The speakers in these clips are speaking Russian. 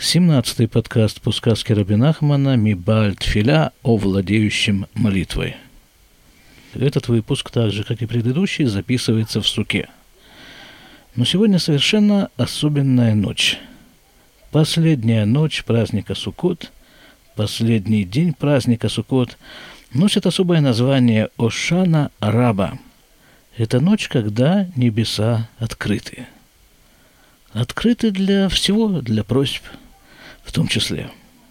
17-й подкаст по сказке Раби Нахмана «Мибааль Тфиля» о владеющем молитвой. Этот выпуск, так же, как и предыдущий, записывается в суке. Но сегодня совершенно особенная ночь. Последняя ночь праздника Суккот, последний день праздника Суккот носит особое название Ошана Раба. Это ночь, когда небеса открыты. Открыты для всего, для просьб в том числе.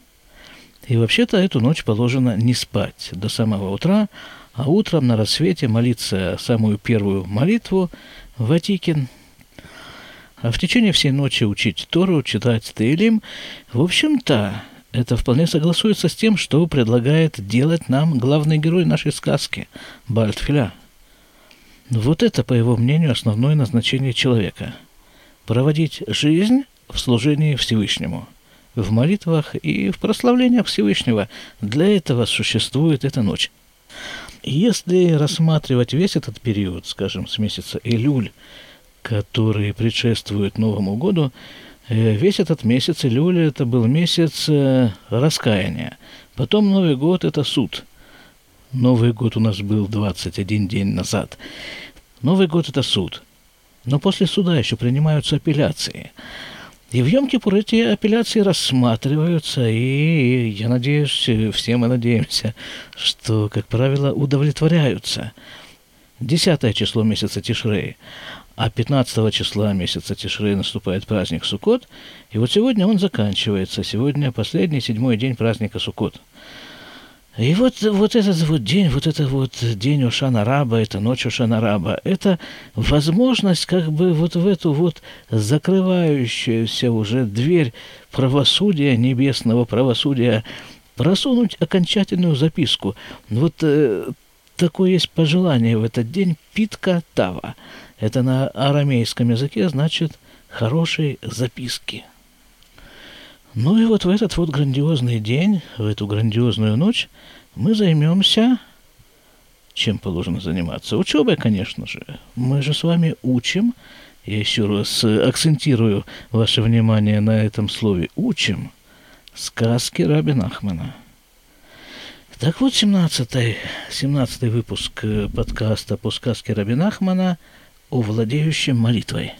И вообще-то эту ночь положено не спать до самого утра, а утром на рассвете молиться самую первую молитву Ватикин, а в течение всей ночи учить Тору, читать Теилим. В общем-то, это вполне согласуется с тем, что предлагает делать нам главный герой нашей сказки – Бааль Тфиля. Вот это, по его мнению, основное назначение человека – проводить жизнь в служении Всевышнему, в молитвах и в прославлениях Всевышнего. Для этого существует эта ночь. Если рассматривать весь этот период, скажем, с месяца Элюль, который предшествует Новому году, весь этот месяц Элюль – это был месяц раскаяния. Потом Новый год – это суд. Новый год у нас был 21 день назад. Новый год – это суд. Но после суда еще принимаются апелляции. И в Йом-Кипур эти апелляции рассматриваются, и я надеюсь, все мы надеемся, что, как правило, удовлетворяются. 10 число месяца Тишрей, а 15 числа месяца Тишрей наступает праздник Суккот, и вот сегодня он заканчивается. Сегодня последний, 7-й день праздника Суккот. И вот этот день Ошана Раба, это ночь Ошана Раба, это возможность как бы вот в эту вот закрывающуюся уже дверь правосудия, небесного правосудия, просунуть окончательную записку. Вот такое есть пожелание в этот день питка тава. Это на арамейском языке значит «хорошей записки». Ну и вот в этот вот грандиозный день, в эту грандиозную ночь мы займемся, чем положено заниматься? Учебой, конечно же. Мы же с вами учим, я еще раз акцентирую ваше внимание на этом слове, учим сказки Раби Нахмана. Так вот, 17-й выпуск подкаста по сказке Раби Нахмана о владеющем молитвой.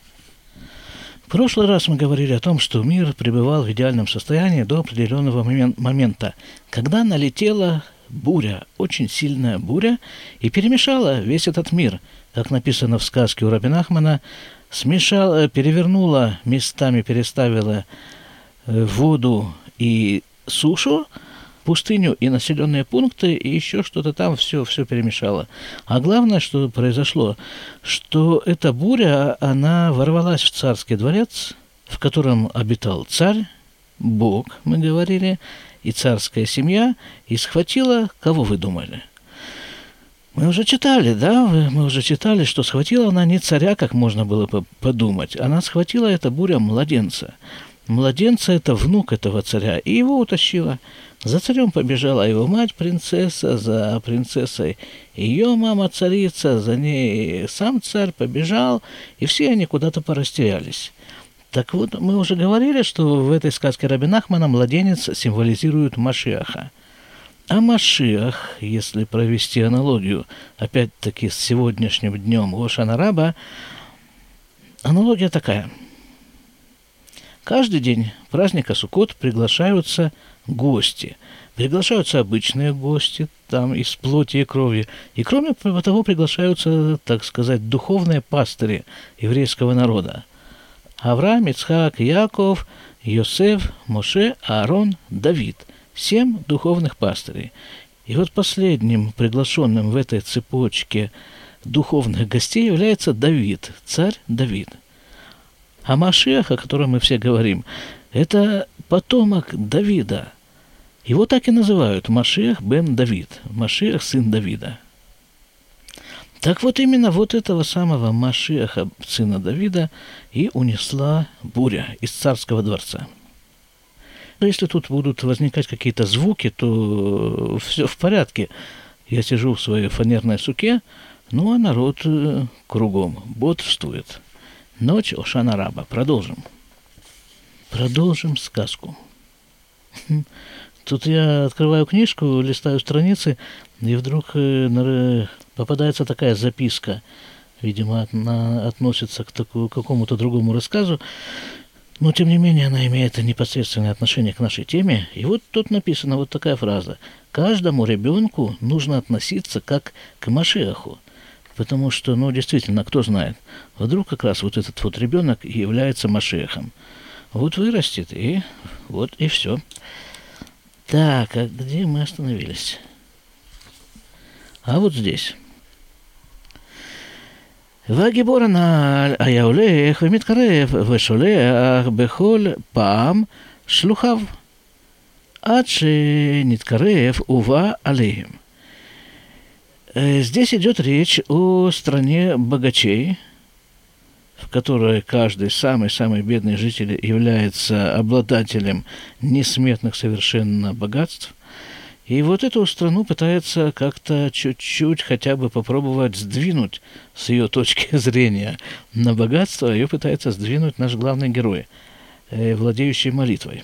В прошлый раз мы говорили о том, что мир пребывал в идеальном состоянии до определенного момента, когда налетела буря, очень сильная буря, и перемешала весь этот мир, как написано в сказке у Раби Нахмана, перевернула, местами переставила воду и сушу, пустыню и населенные пункты, и еще что-то там, все перемешало. А главное, что произошло, что эта буря, она ворвалась в царский дворец, в котором обитал царь, Бог, мы говорили, и царская семья, и схватила, кого вы думали? Мы уже читали, да? Мы уже читали, что схватила она не царя, как можно было бы подумать. Она схватила, эта буря, младенца. Младенца – это внук этого царя, и его утащила. За царем побежала его мать, принцесса, за принцессой ее мама, царица, за ней сам царь побежал, и все они куда-то порастерялись. Так вот, мы уже говорили, что в этой сказке Раби Нахмана младенец символизирует Машиаха. А Машиах, если провести аналогию, опять-таки с сегодняшним днем Ошана Раба, аналогия такая. Каждый день праздника Суккот приглашаются гости. Приглашаются обычные гости, там из плоти и крови. И кроме того приглашаются, так сказать, духовные пастыри еврейского народа. Авраам, Ицхак, Яков, Йосеф, Моше, Аарон, Давид. 7 духовных пастырей. И вот последним приглашенным в этой цепочке духовных гостей является Давид, царь Давид. А Машиах, о котором мы все говорим, это потомок Давида. Его так и называют Машиах бен Давид, Машиах сын Давида. Так вот именно вот этого самого Машиаха, сына Давида, и унесла буря из царского дворца. Если тут будут возникать какие-то звуки, то все в порядке. Я сижу в своей фанерной суке, ну а народ кругом бодрствует. Ночь Ошана Раба. Продолжим. Продолжим сказку. Тут я открываю книжку, листаю страницы, и вдруг попадается такая записка. Видимо, она относится к какому-то другому рассказу, но, тем не менее, она имеет непосредственное отношение к нашей теме. И вот тут написана вот такая фраза. «Каждому ребенку нужно относиться как к Машиаху». Потому что, действительно, кто знает, вдруг как раз вот этот вот ребенок является Машиахом. Вот вырастет, и вот и все. Так, а где мы остановились? А вот здесь. והגיבור הנעל היה הולך ומתקרב ושולח בכל פעם שלוחיו עד שנתקרב ובא עליהם. Здесь идет речь о стране богачей, в которой каждый самый-самый бедный житель является обладателем несметных совершенно богатств. И вот эту страну пытается как-то чуть-чуть хотя бы попробовать сдвинуть с ее точки зрения на богатство, ее пытается сдвинуть наш главный герой, владеющий молитвой.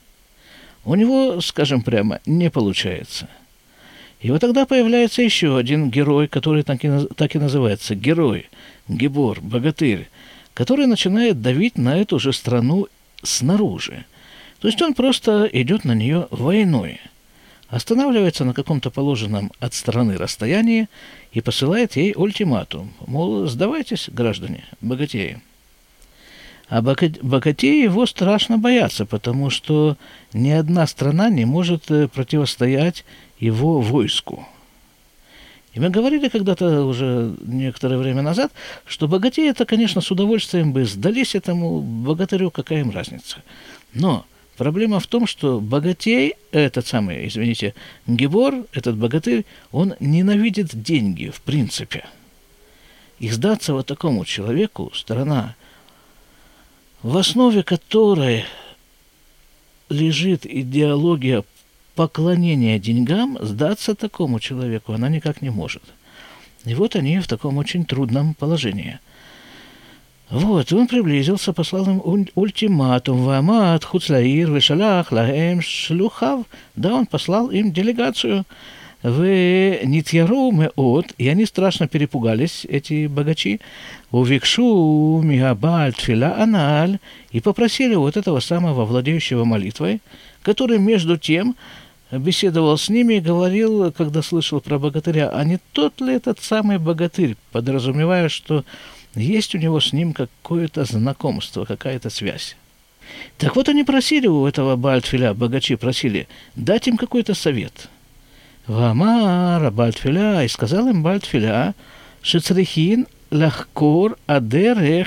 У него, скажем прямо, не получается. И вот тогда появляется еще один герой, который так и называется, герой, гибор, богатырь, который начинает давить на эту же страну снаружи. То есть он просто идет на нее войной, останавливается на каком-то положенном от стороны расстоянии и посылает ей ультиматум, мол, сдавайтесь, граждане, богатеи. А богатеи его страшно боятся, потому что ни одна страна не может противостоять его войску. И мы говорили когда-то уже некоторое время назад, что богатеи это, конечно, с удовольствием бы сдались этому богатырю, какая им разница. Но проблема в том, что богатей, этот самый, извините, гибор, этот богатырь, он ненавидит деньги в принципе. И сдаться вот такому человеку, страна, в основе которой лежит идеология поклонения деньгам, сдаться такому человеку она никак не может. И вот они в таком очень трудном положении. Вот, он приблизился, послал им ультиматум. «Ваамат хуцлаир вешалах лаэм шлюхав». Да, он послал им делегацию. «В нитьяру меот». И они страшно перепугались, эти богачи. «Увикшу мигабаль тфила аналь». И попросили вот этого самого владеющего молитвой, который, между тем, беседовал с ними и говорил, когда слышал про богатыря, а не тот ли этот самый богатырь, подразумевая, что есть у него с ним какое-то знакомство, какая-то связь. Так вот они просили у этого Бааль-Тфиля, богачи просили, дать им какой-то совет. «Ваамар Бааль-Тфиля», и сказал им Бааль-Тфиля, «Шецрихин лахкор адерех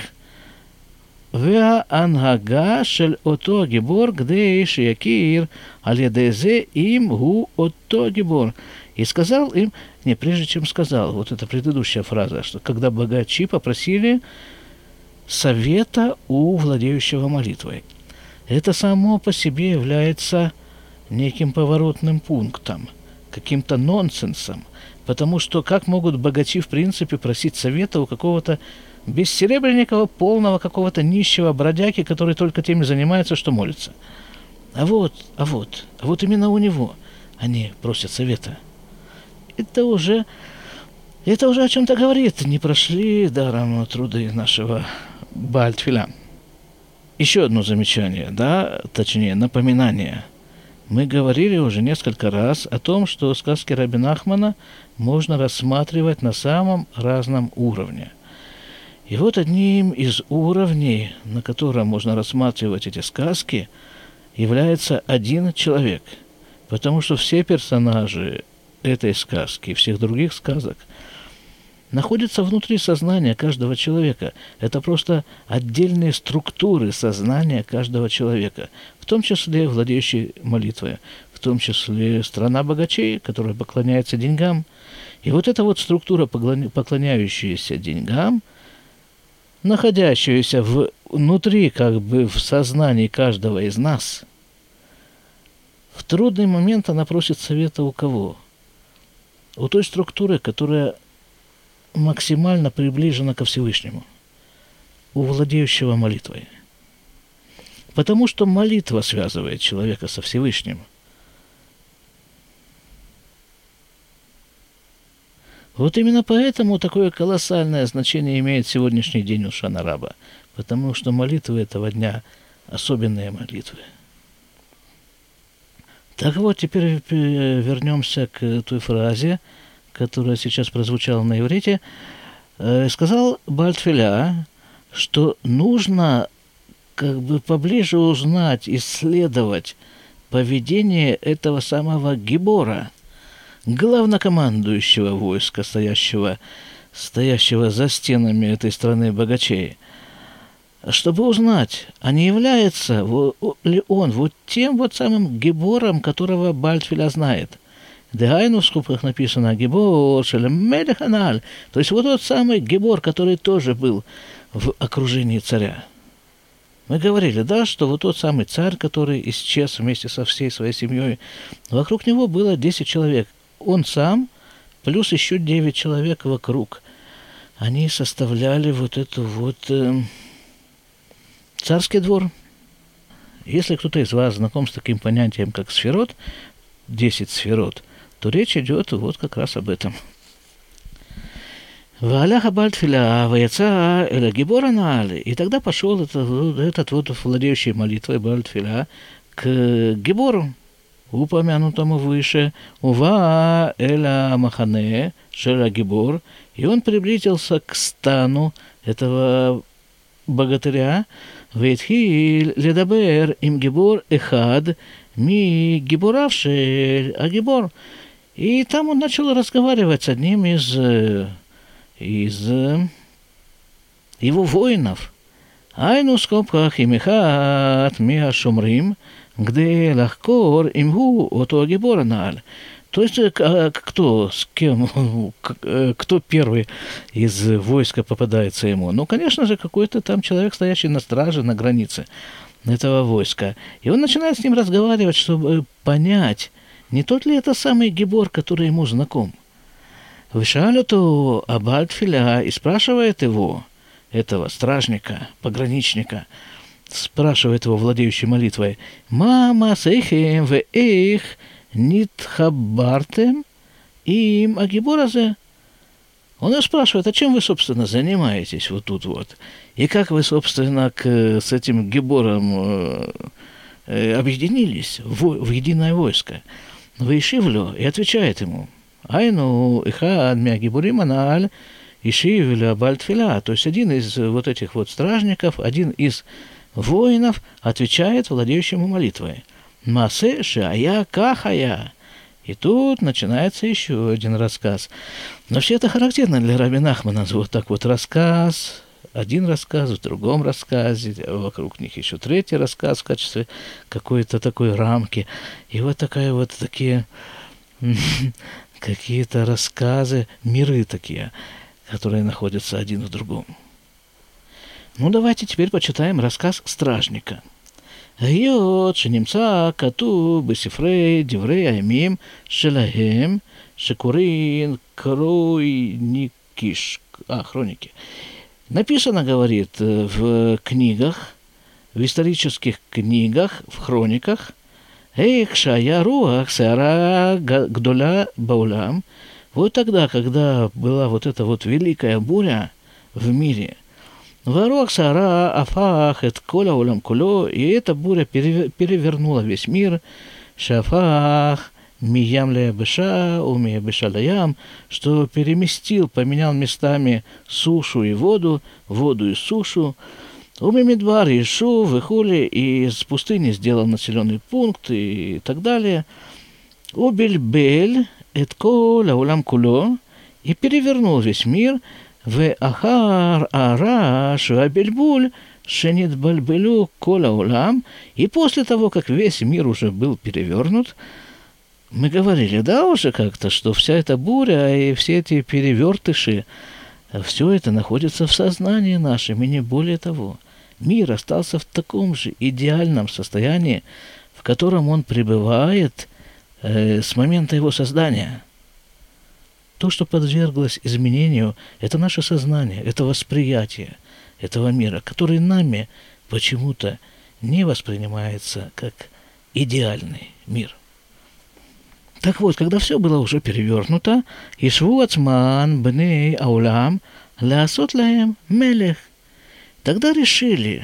וההנהגה של אותו גיבור כדי שיכיר על ידי זה אם הוא אותו גיבור». И сказал им, прежде чем сказал, вот эта предыдущая фраза, что когда богачи попросили совета у владеющего молитвой. Это само по себе является неким поворотным пунктом, каким-то нонсенсом, потому что как могут богачи в принципе просить совета у какого-то бессеребренникова, полного какого-то нищего бродяги, который только тем и занимается, что молится. А вот именно у него они просят совета. Это уже о чем-то говорит. Не прошли даром труды нашего Бааль-Тфиля. Еще одно замечание, точнее, напоминание. Мы говорили уже несколько раз о том, что сказки Раби Нахмана можно рассматривать на самом разном уровне. И вот одним из уровней, на котором можно рассматривать эти сказки, является один человек. Потому что все персонажи этой сказки и всех других сказок находятся внутри сознания каждого человека. Это просто отдельные структуры сознания каждого человека, в том числе владеющий молитвой, в том числе страна богачей, которая поклоняется деньгам. И вот эта вот структура, поклоняющаяся деньгам, находящаяся внутри, в сознании каждого из нас, в трудный момент она просит совета у кого? У той структуры, которая максимально приближена ко Всевышнему, у владеющего молитвой. Потому что молитва связывает человека со Всевышним. Вот именно поэтому такое колоссальное значение имеет сегодняшний день у Шана Раба. Потому что молитвы этого дня – особенные молитвы. Так вот, теперь вернемся к той фразе, которая сейчас прозвучала на иврите. Сказал Бааль Тфиля, что нужно как бы поближе узнать, исследовать поведение этого самого Гибора, главнокомандующего войска, стоящего за стенами этой страны богачей, чтобы узнать, а не является ли он вот тем вот самым Гибором, которого Бааль Тфиля знает. Дегайну в скобках написано Гибор шелем мелех аналь, то есть вот тот самый Гибор, который тоже был в окружении царя. Мы говорили, да, что вот тот самый царь, который исчез вместе со всей своей семьей, вокруг него было 10 человек. Он сам, плюс еще 9 человек вокруг. Они составляли вот эту вот царский двор. Если кто-то из вас знаком с таким понятием, как сферот, 10 сферот, то речь идет вот как раз об этом. Вааляха Бааль Тфиля, ваяца эля Гибора нааль. И тогда пошел этот вот владеющий молитвой Бааль Тфиля к Гибору, упомянутому выше, ува эля махане шеля Гибор, и он приблизился к стану этого богатыря, вейтхиль ледабер им Гибор эхад ми Гиборав шель Агибор. И там он начал разговаривать с одним из его воинов. Айну в скобках имихат миа шумрим, где лахкор имгу ото Гибора нааль. То есть, кто первый из войска попадается ему? Ну, конечно же, какой-то там человек, стоящий на страже, на границе этого войска. И он начинает с ним разговаривать, чтобы понять, не тот ли это самый Гибор, который ему знаком. Вышалюту Бааль Тфиля и спрашивает его, этого стражника, пограничника, спрашивает его, владеющий молитвой, «Мама сейхем ве эйх нитхабартем им агиборазе». Он его спрашивает, а чем вы, собственно, занимаетесь вот тут вот? И как вы, собственно, с этим Гибором объединились в единое войско? Вейшивлю и отвечает ему, «Айну ихад мя гибурим аналь ишивля Бааль Тфиля». То есть один из вот этих вот стражников, один из воинов отвечает владеющему молитвой. «Масе шая кахая». И тут начинается еще один рассказ. Но все это характерно для Раби Нахмана. Вот так вот рассказ, один рассказ, в другом рассказе, вокруг них еще третий рассказ в качестве какой-то такой рамки. И вот такие какие-то рассказы, миры такие, которые находятся один в другом. Ну, давайте теперь почитаем рассказ стражника. היות שנמצא כתוב בספרי דברי הימים שלהם שקוראים хроники. Написано, говорит, в книгах, в исторических книгах, в хрониках, «Эйх шая руах сеара гдоля баулам». Вот тогда, когда была вот эта вот великая буря в мире, «Варуах сеара афах эт коля улам куло», и эта буря перевернула весь мир, «Шафах миям леябеша, умеябеша лаям», что поменял местами сушу и воду и сушу, «Умемидбар Ишу выхули», и из пустыни сделал населенный пункт и так далее. «Убельбель эткол аулам куло», и перевернул весь мир. «В ахар араш абельбуль шенит бальбелю кола улам», и после того, как весь мир уже был перевернут, мы говорили, да, уже как-то, что вся эта буря и все эти перевертыши, все это находится в сознании нашем, и не более того. Мир остался в таком же идеальном состоянии, в котором он пребывает с момента его создания. То, что подверглось изменению, это наше сознание, это восприятие этого мира, который нами почему-то не воспринимается как идеальный мир. Так вот, когда все было уже перевернуто, «Ишву ацман бней аулам лаасот лаэм мелех». Тогда решили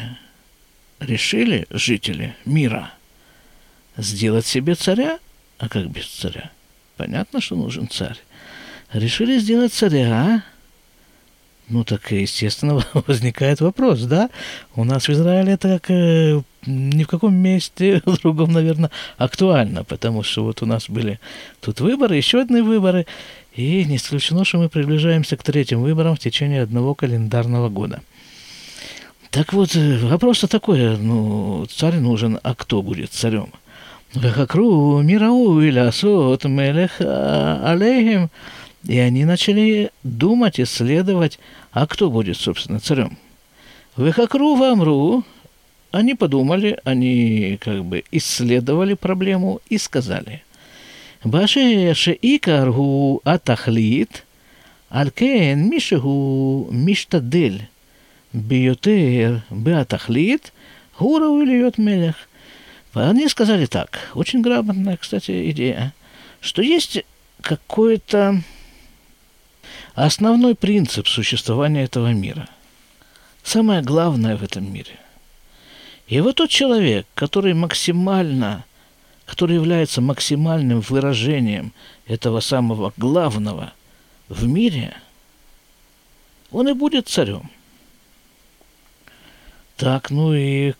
жители мира сделать себе царя, а как без царя? Понятно, что нужен царь. Решили сделать царя. Ну, так, естественно, возникает вопрос, да? У нас в Израиле это как ни в каком месте в другом, наверное, актуально, потому что вот у нас были тут выборы, еще одни выборы, и не исключено, что мы приближаемся к третьим выборам в течение одного календарного года. Так вот, вопрос-то такой, ну, царь нужен, а кто будет царем? «Вехакру мирау или асот мелех алейхим». И они начали думать, исследовать, а кто будет, собственно, царем. «Вехакру вамру». Они подумали, они как бы исследовали проблему и сказали: «Баше шеикар гу атахлит, алькен мишегу миштадель биотер беатахлит, гурау ильет мелех». Они сказали так, очень грамотная, кстати, идея, что есть какой-то основной принцип существования этого мира. Самое главное в этом мире. И вот тот человек, который является максимальным выражением этого самого главного в мире, он и будет царем. Так, ну и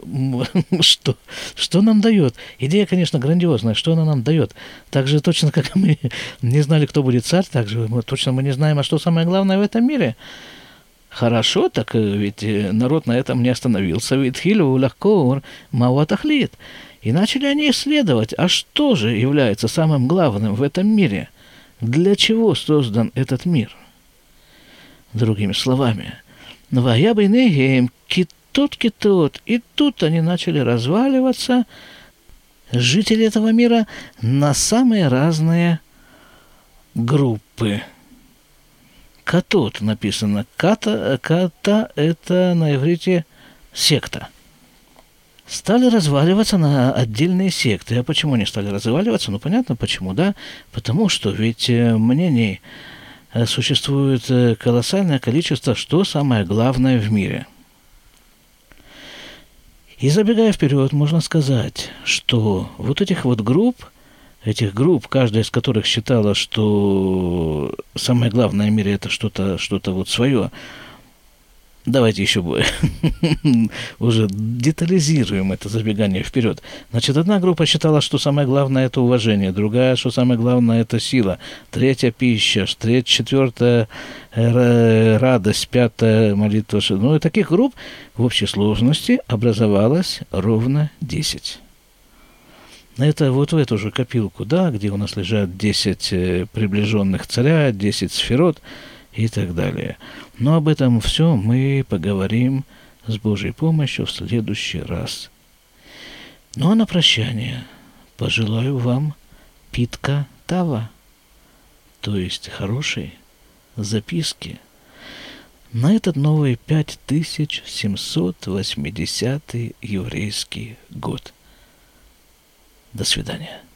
что нам дает? Идея, конечно, грандиозная. Что она нам дает? Так же точно, как мы не знали, кто будет царь, так же мы не знаем, а что самое главное в этом мире. Хорошо, так ведь народ на этом не остановился. Ведь хилю легко мауатахлит. И начали они исследовать, а что же является самым главным в этом мире? Для чего создан этот мир? Другими словами, «Вая бейнегем китот». И тут они начали разваливаться, жители этого мира, на самые разные группы. Катот написано. Ката это на иврите секта. Стали разваливаться на отдельные секты. А почему они стали разваливаться? Ну, понятно, почему, да? Потому что ведь мнений существует колоссальное количество, что самое главное в мире. И забегая вперед, можно сказать, что вот этих групп, каждая из которых считала, что самое главное в мире это что-то вот свое. Давайте еще уже детализируем это забегание вперед. Значит, одна группа считала, что самое главное это уважение, другая, что самое главное это сила, третья пища, четвертая радость, пятая молитва. Ну и таких групп в общей сложности образовалось ровно 10. Это вот в эту же копилку, да, где у нас лежат 10 приближенных царя, 10 сферот и так далее. Но об этом все мы поговорим с Божьей помощью в следующий раз. Ну а на прощание пожелаю вам питка тава, то есть хорошей записки на этот новый 5780 еврейский год. До свидания.